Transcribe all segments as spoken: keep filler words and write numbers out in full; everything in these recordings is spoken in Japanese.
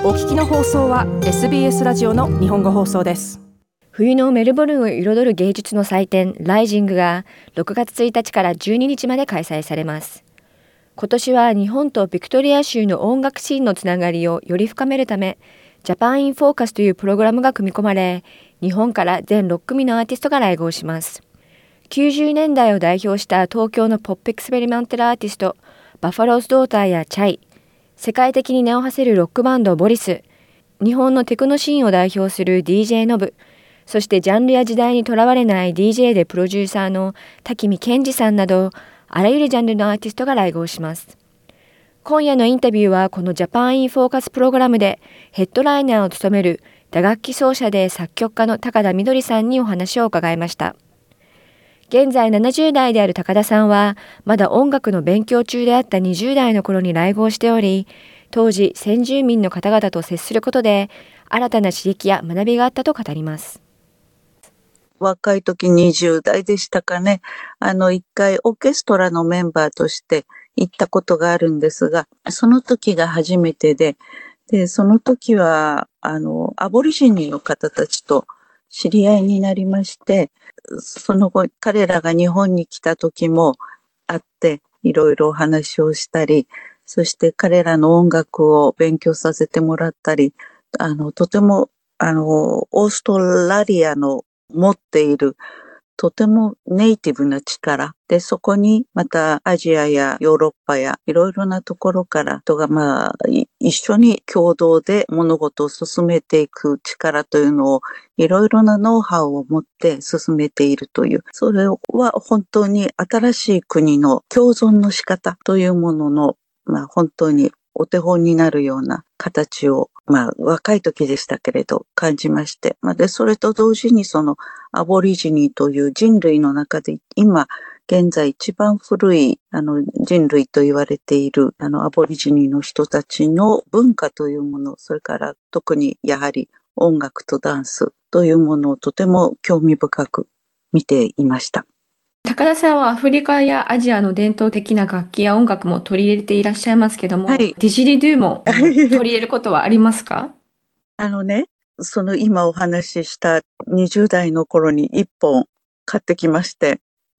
お聞きの放送は エスビーエス ラジオの日本語放送です。 冬のメルボルンを彩る芸術の祭典ライジングがろくがつついたちからじゅうににちまで開催されます。今年は日本とビクトリア州の音楽シーンのつながりをより深めるため、ジャパンインフォーカスというプログラムが組み込まれ、日本から全ろっくみのアーティストが来合します。きゅうじゅうねんだいを代表した東京のポップエクスペリメンタルアーティスト、バファローズドーターやチャイ、世界的に名を馳せるロックバンドボリス、日本のテクノシーンを代表する ディージェー ノブ、そしてジャンルや時代にとらわれない ディージェー でプロデューサーの滝見健二さんなど、あらゆるジャンルのアーティストが来合します。今夜のインタビューはこのジャパンインフォーカスプログラムでヘッドライナーを務める打楽器奏者で作曲家の高田みどりさんにお話を伺いました。現在ななじゅうだいである高田さんはまだ音楽の勉強中であったにじゅうだいの頃に来合しており、当時先住民の方々と接することで新たな刺激や学びがあったと語ります。 若い時にじゅうだいでしたかね。あの一回オーケストラのメンバーとして行ったことがあるんですが、その時が初めてで、で、その時は、あの、アボリジニの方たちと知り合いになりまして、その後、彼らが日本に来た時も会って、いろいろお話をしたり、そして彼らの音楽を勉強させてもらったり、あの、とても、あの、オーストラリアの持っているとてもネイティブな力で、そこにまたアジアやヨーロッパやいろいろなところから人がまあ一緒に共同で物事を進めていく力というのをいろいろなノウハウを持って進めているという、それは本当に新しい国の共存の仕方というもののまあ本当にお手本になるような形を、まあ若い時でしたけれど感じまして、まあ、でそれと同時にそのアボリジニという人類の中で今現在一番古いあの人類と言われているあのアボリジニの人たちの文化というもの、それから特にやはり音楽とダンスというものをとても興味深く見ていました。 高田さんはアフリカやアジアの伝統的な楽器や音楽も取り入れていらっしゃいますけども、はい、ディジリドゥも取り入れることはありますか？ あのね、その今お話ししたにじゅうだいの頃にいっぽん買ってきまして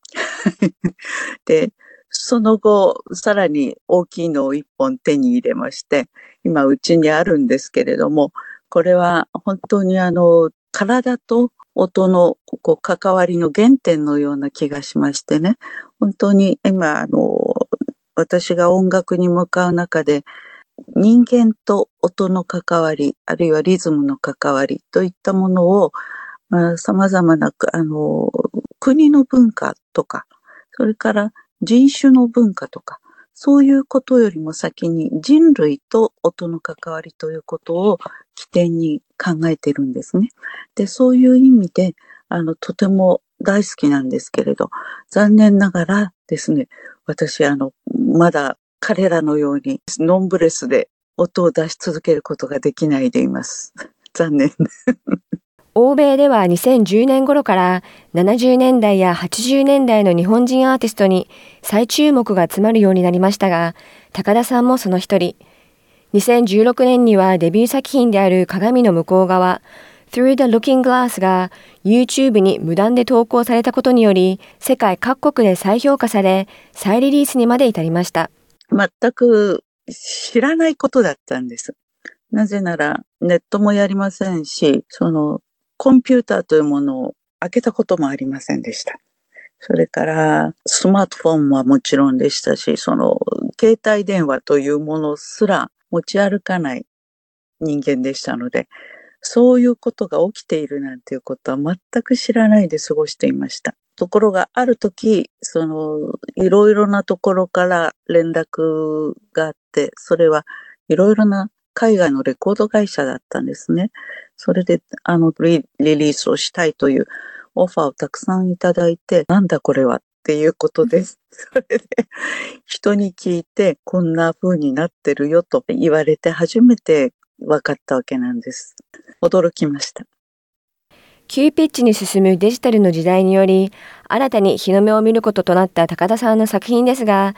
で、その後さらに大きいのをいっぽん手に入れまして、今うちにあるんですけれども、これは本当にあの体と音のこう関わりの原点のような気がしましてね、本当に今あの私が音楽に向かう中で人間と音の関わり、あるいはリズムの関わりといったものを、まあ、様々なあの国の文化とか、それから人種の文化とか、そういうことよりも先に人類と音の関わりということを起点に考えているんですね。で、そういう意味で、あの、とても大好きなんですけれど、残念ながらですね、私、あの、まだ彼らのようにノンブレスで音を出し続けることができないでいます。残念。 欧米ではにせんじゅうねん頃からななじゅうねんだいやはちじゅうねんだいの日本人アーティストに再注目が集まるようになりましたが、高田さんもその一人。にせんじゅうろくねんにはデビュー作品である鏡の向こう側、Through the Looking Glass が YouTube に無断で投稿されたことにより、世界各国で再評価され、再リリースにまで至りました。 全く知らないことだったんです。なぜならネットもやりませんし、そのコンピューターというものを開けたこともありませんでした。それからスマートフォンはもちろんでしたし、その携帯電話というものすら持ち歩かない人間でしたので、そういうことが起きているなんていうことは全く知らないで過ごしていました。ところがある時、そのいろいろなところから連絡があって、それはいろいろな海外のレコード会社だったんですね。それであのリリースをしたいというオファーをたくさんいただいて、なんだこれはっていうことです。それで人に聞いてこんな風になってるよと言われて初めて分かったわけなんです。驚きました。 急ピッチに進むデジタルの時代により、新たに日の目を見ることとなった高田さんの作品ですが、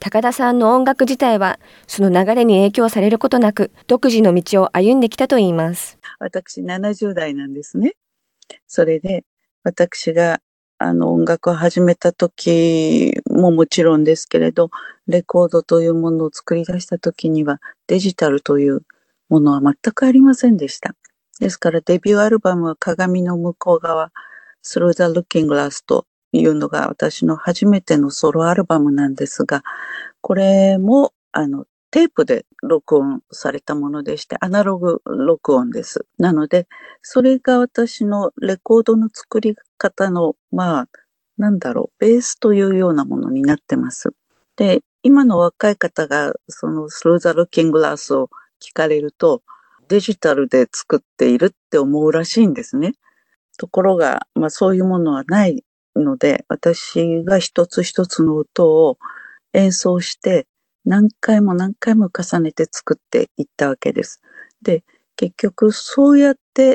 高田さんの音楽自体はその流れに影響されることなく独自の道を歩んできたといいます。 私ななじゅう代なんですね。それで私があの音楽を始めた時ももちろんですけれど、レコードというものを作り出した時にはデジタルというものは全くありませんでした。ですからデビューアルバムは鏡の向こう側 Through the Looking Glass というのが私の初めてのソロアルバムなんですが、これもあのテープで録音されたものでして、アナログ録音です。なので、それが私のレコードの作り方の、まあ、なんだろう、ベースというようなものになってます。で、今の若い方が、その Through the Looking Glass を聞かれると、デジタルで作っているって思うらしいんですね。ところが、まあそういうものはないので、私が一つ一つの音を演奏して、何回も何回も重ねて作っていったわけです。で、結局そうやって、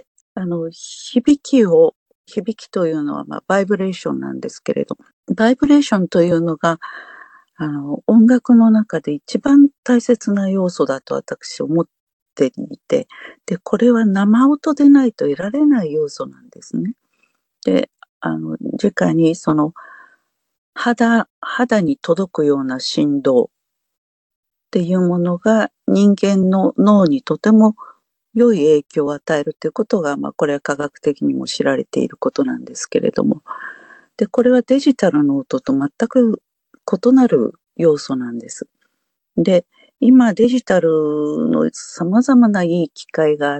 あの、響きを、響きというのは、まあ、バイブレーションなんですけれど、バイブレーションというのが、あの、音楽の中で一番大切な要素だと私思っていて、で、これは生音でないと得られない要素なんですね。で、あの、直にその、肌、肌に届くような振動っていうものが人間の脳にとても良い影響を与えるということが、まあこれは科学的にも知られていることなんですけれども。で、これはデジタルの音と全く異なる要素なんです。で、今デジタルの様々ないい機会があって、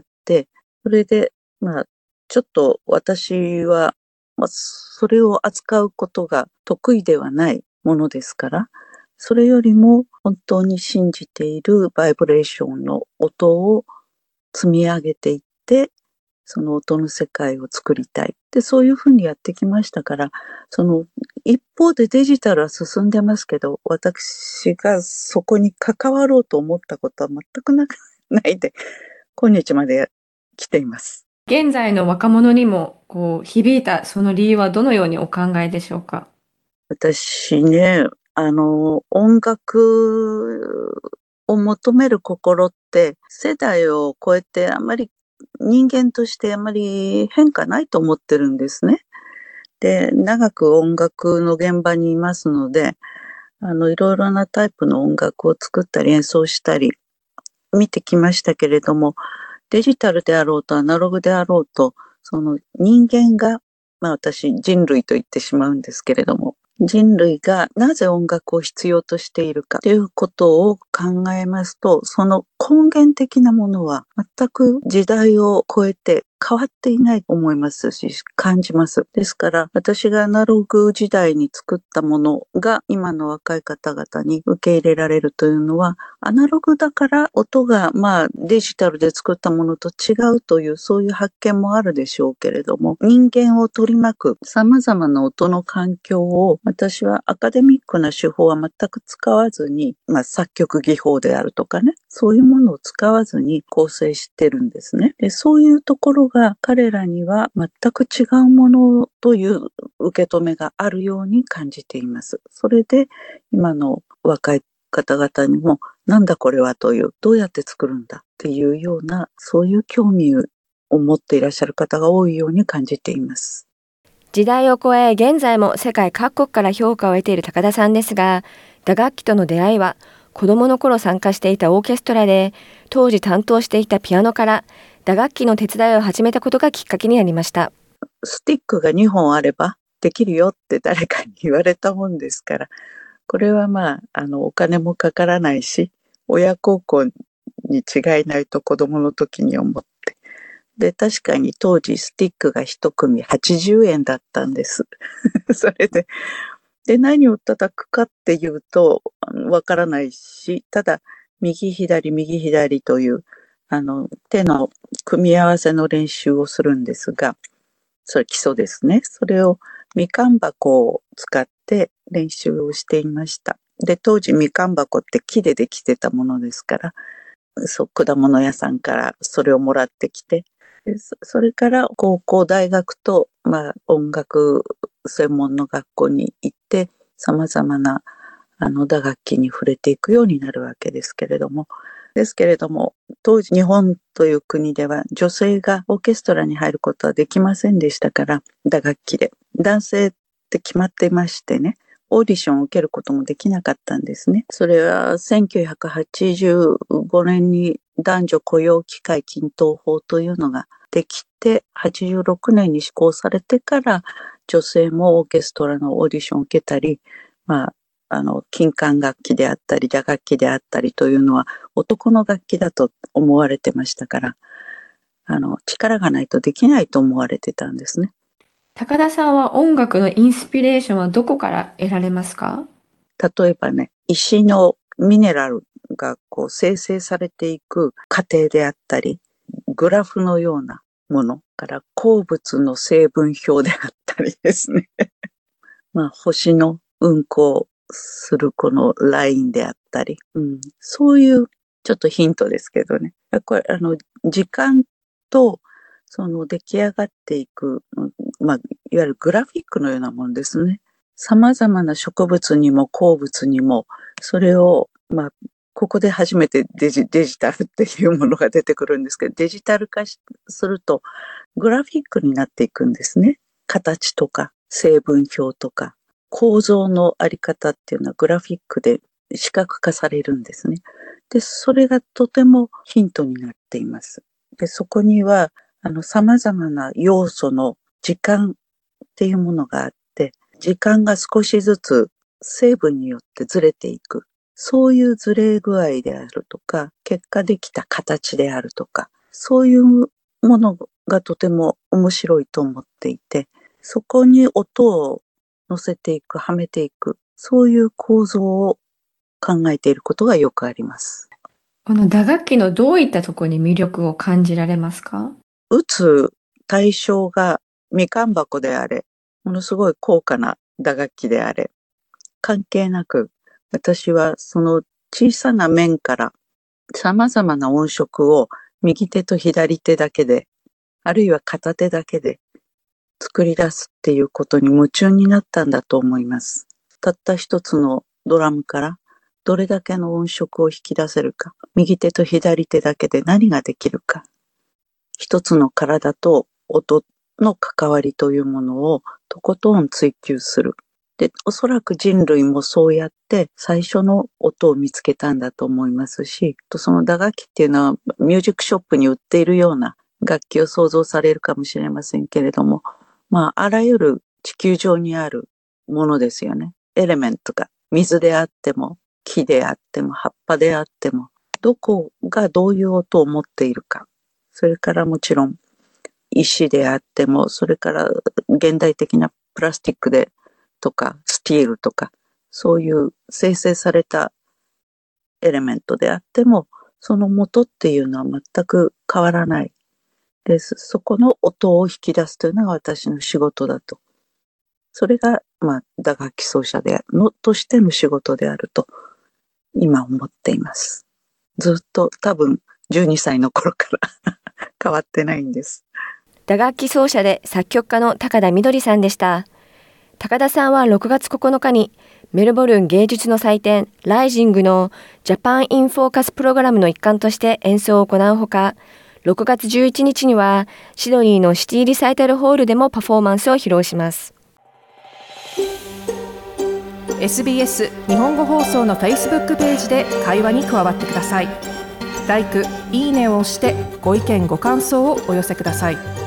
それで、まあ、ちょっと私は、まあ、それを扱うことが得意ではないものですから、それよりも本当に信じているバイブレーションの音を積み上げていって、その音の世界を作りたい。で、そういうふうにやってきましたから、その一方でデジタルは進んでますけど、私がそこに関わろうと思ったことは全くなないで、今日まで来ています。 現在の若者にもこう響いたその理由はどのようにお考えでしょうか？ 私ね、あの、音楽を求める心って世代を超えてあまり人間としてあまり変化ないと思ってるんですね。で、長く音楽の現場にいますので、あの、いろいろなタイプの音楽を作ったり演奏したり見てきましたけれども、デジタルであろうとアナログであろうと、その人間が、まあ私人類と言ってしまうんですけれども、人類がなぜ音楽を必要としているかということを考えますと、その根源的なものは全く時代を超えて変わっていないと思いますし、感じます。ですから、私がアナログ時代に作ったものが今の若い方々に受け入れられるというのは、アナログだから音がまあデジタルで作ったものと違うというそういう発見もあるでしょうけれども、人間を取り巻く様々な音の環境を私はアカデミックな手法は全く使わずに、まあ作曲技法であるとかね、そういうものを使わずに構成してるんですね。で、そういうところが彼らには全く違うものという受け止めがあるように感じています。それで今の若い方々にもなんだこれはという、どうやって作るんだっていうような、そういう興味を持っていらっしゃる方が多いように感じています。 時代を超え現在も世界各国から評価を得ている高田さんですが、打楽器との出会いは子供の頃参加していたオーケストラで、当時担当していたピアノから打楽器の手伝いを始めたことがきっかけになりました。 スティックがにほんあればできるよって誰かに言われたもんですから、これはまあ、あの、お金もかからないし、親孝行に違いないと子供の時に思って。で、確かに当時スティックが一組はちじゅうえんだったんです。それで、で、何を叩くかっていうと、わからないし、ただ、右左右左という、あの、手の組み合わせの練習をするんですが、それ基礎ですね。それをみかん箱を使って練習をしていました。で、当時みかん箱って木でできてたものですから、そう、果物屋さんからそれをもらってきて、でそそれから高校、大学と、まあ、音楽専門の学校に行って、様々なあの打楽器に触れていくようになるわけですけれども、ですけれども、当時日本という国では女性がオーケストラに入ることはできませんでしたから、打楽器で。男性って決まっていましてね、オーディションを受けることもできなかったんですね。それはせんきゅうひゃくはちじゅうごねんに男女雇用機会均等法というのができて、はちじゅうろくねんに施行されてから女性もオーケストラのオーディションを受けたり、まあ、あの、金管楽器であったり、打楽器であったりというのは男の楽器だと思われてましたから、あの、力がないとできないと思われてたんですね。 高田さんは音楽のインスピレーションはどこから得られますか？ 例えばね、石のミネラルがこう生成されていく過程であったり、グラフのようなものから鉱物の成分表であったりですね。まあ、星の運行するこのラインであったり、うん、そういうちょっとヒントですけどね。これあの時間とその出来上がっていく、まあ、いわゆるグラフィックのようなものですね。様々な植物にも鉱物にも、それを、まあ、ここで初めてデジ、デジタルっていうものが出てくるんですけど、デジタル化するとグラフィックになっていくんですね。形とか成分表とか構造のあり方っていうのはグラフィックで視覚化されるんですね。で、それがとてもヒントになっています。で、そこには、あの、様々な要素の時間っていうものがあって、時間が少しずつ成分によってずれていく。そういうずれ具合であるとか、結果できた形であるとか、そういうものがとても面白いと思っていて、そこに音を乗せていく、はめていく、そういう構造を考えていることがよくあります。 この打楽器のどういったところに魅力を感じられますか？ 打つ対象がみかん箱であれ、ものすごい高価な打楽器であれ、関係なく、私はその小さな面から様々な音色を右手と左手だけで、あるいは片手だけで作り出すっていうことに夢中になったんだと思います。たった一つのドラムからどれだけの音色を引き出せるか、右手と左手だけで何ができるか、一つの体と音の関わりというものをとことん追求する。で、おそらく人類もそうやって最初の音を見つけたんだと思いますし、その打楽器っていうのはミュージックショップに売っているような楽器を想像されるかもしれませんけれども、まあ、あらゆる地球上にあるものですよね。エレメントが水であっても、木であっても、葉っぱであっても、どこがどういう音を持っているか。それからもちろん石であっても、それから現代的なプラスチックでとかスティールとか、そういう生成されたエレメントであっても、その元っていうのは全く変わらないです。そこの音を引き出すというのが私の仕事だと。それが、まあ、打楽器奏者でのとしての仕事であると今思っています。ずっと多分じゅうにさいの頃から変わってないんです。 打楽器奏者で作曲家の高田みどりさんでした。高田さんはろくがつここのかにメルボルン芸術の祭典ライジングのジャパンインフォーカスプログラムの一環として演奏を行うほか、ろくがつじゅういちにちにはシドニーのシティリサイタルホールでもパフォーマンスを披露します。 エスビーエス 日本語放送の Facebook ページで会話に加わってください。ライク、いいねを押してご意見ご感想をお寄せください。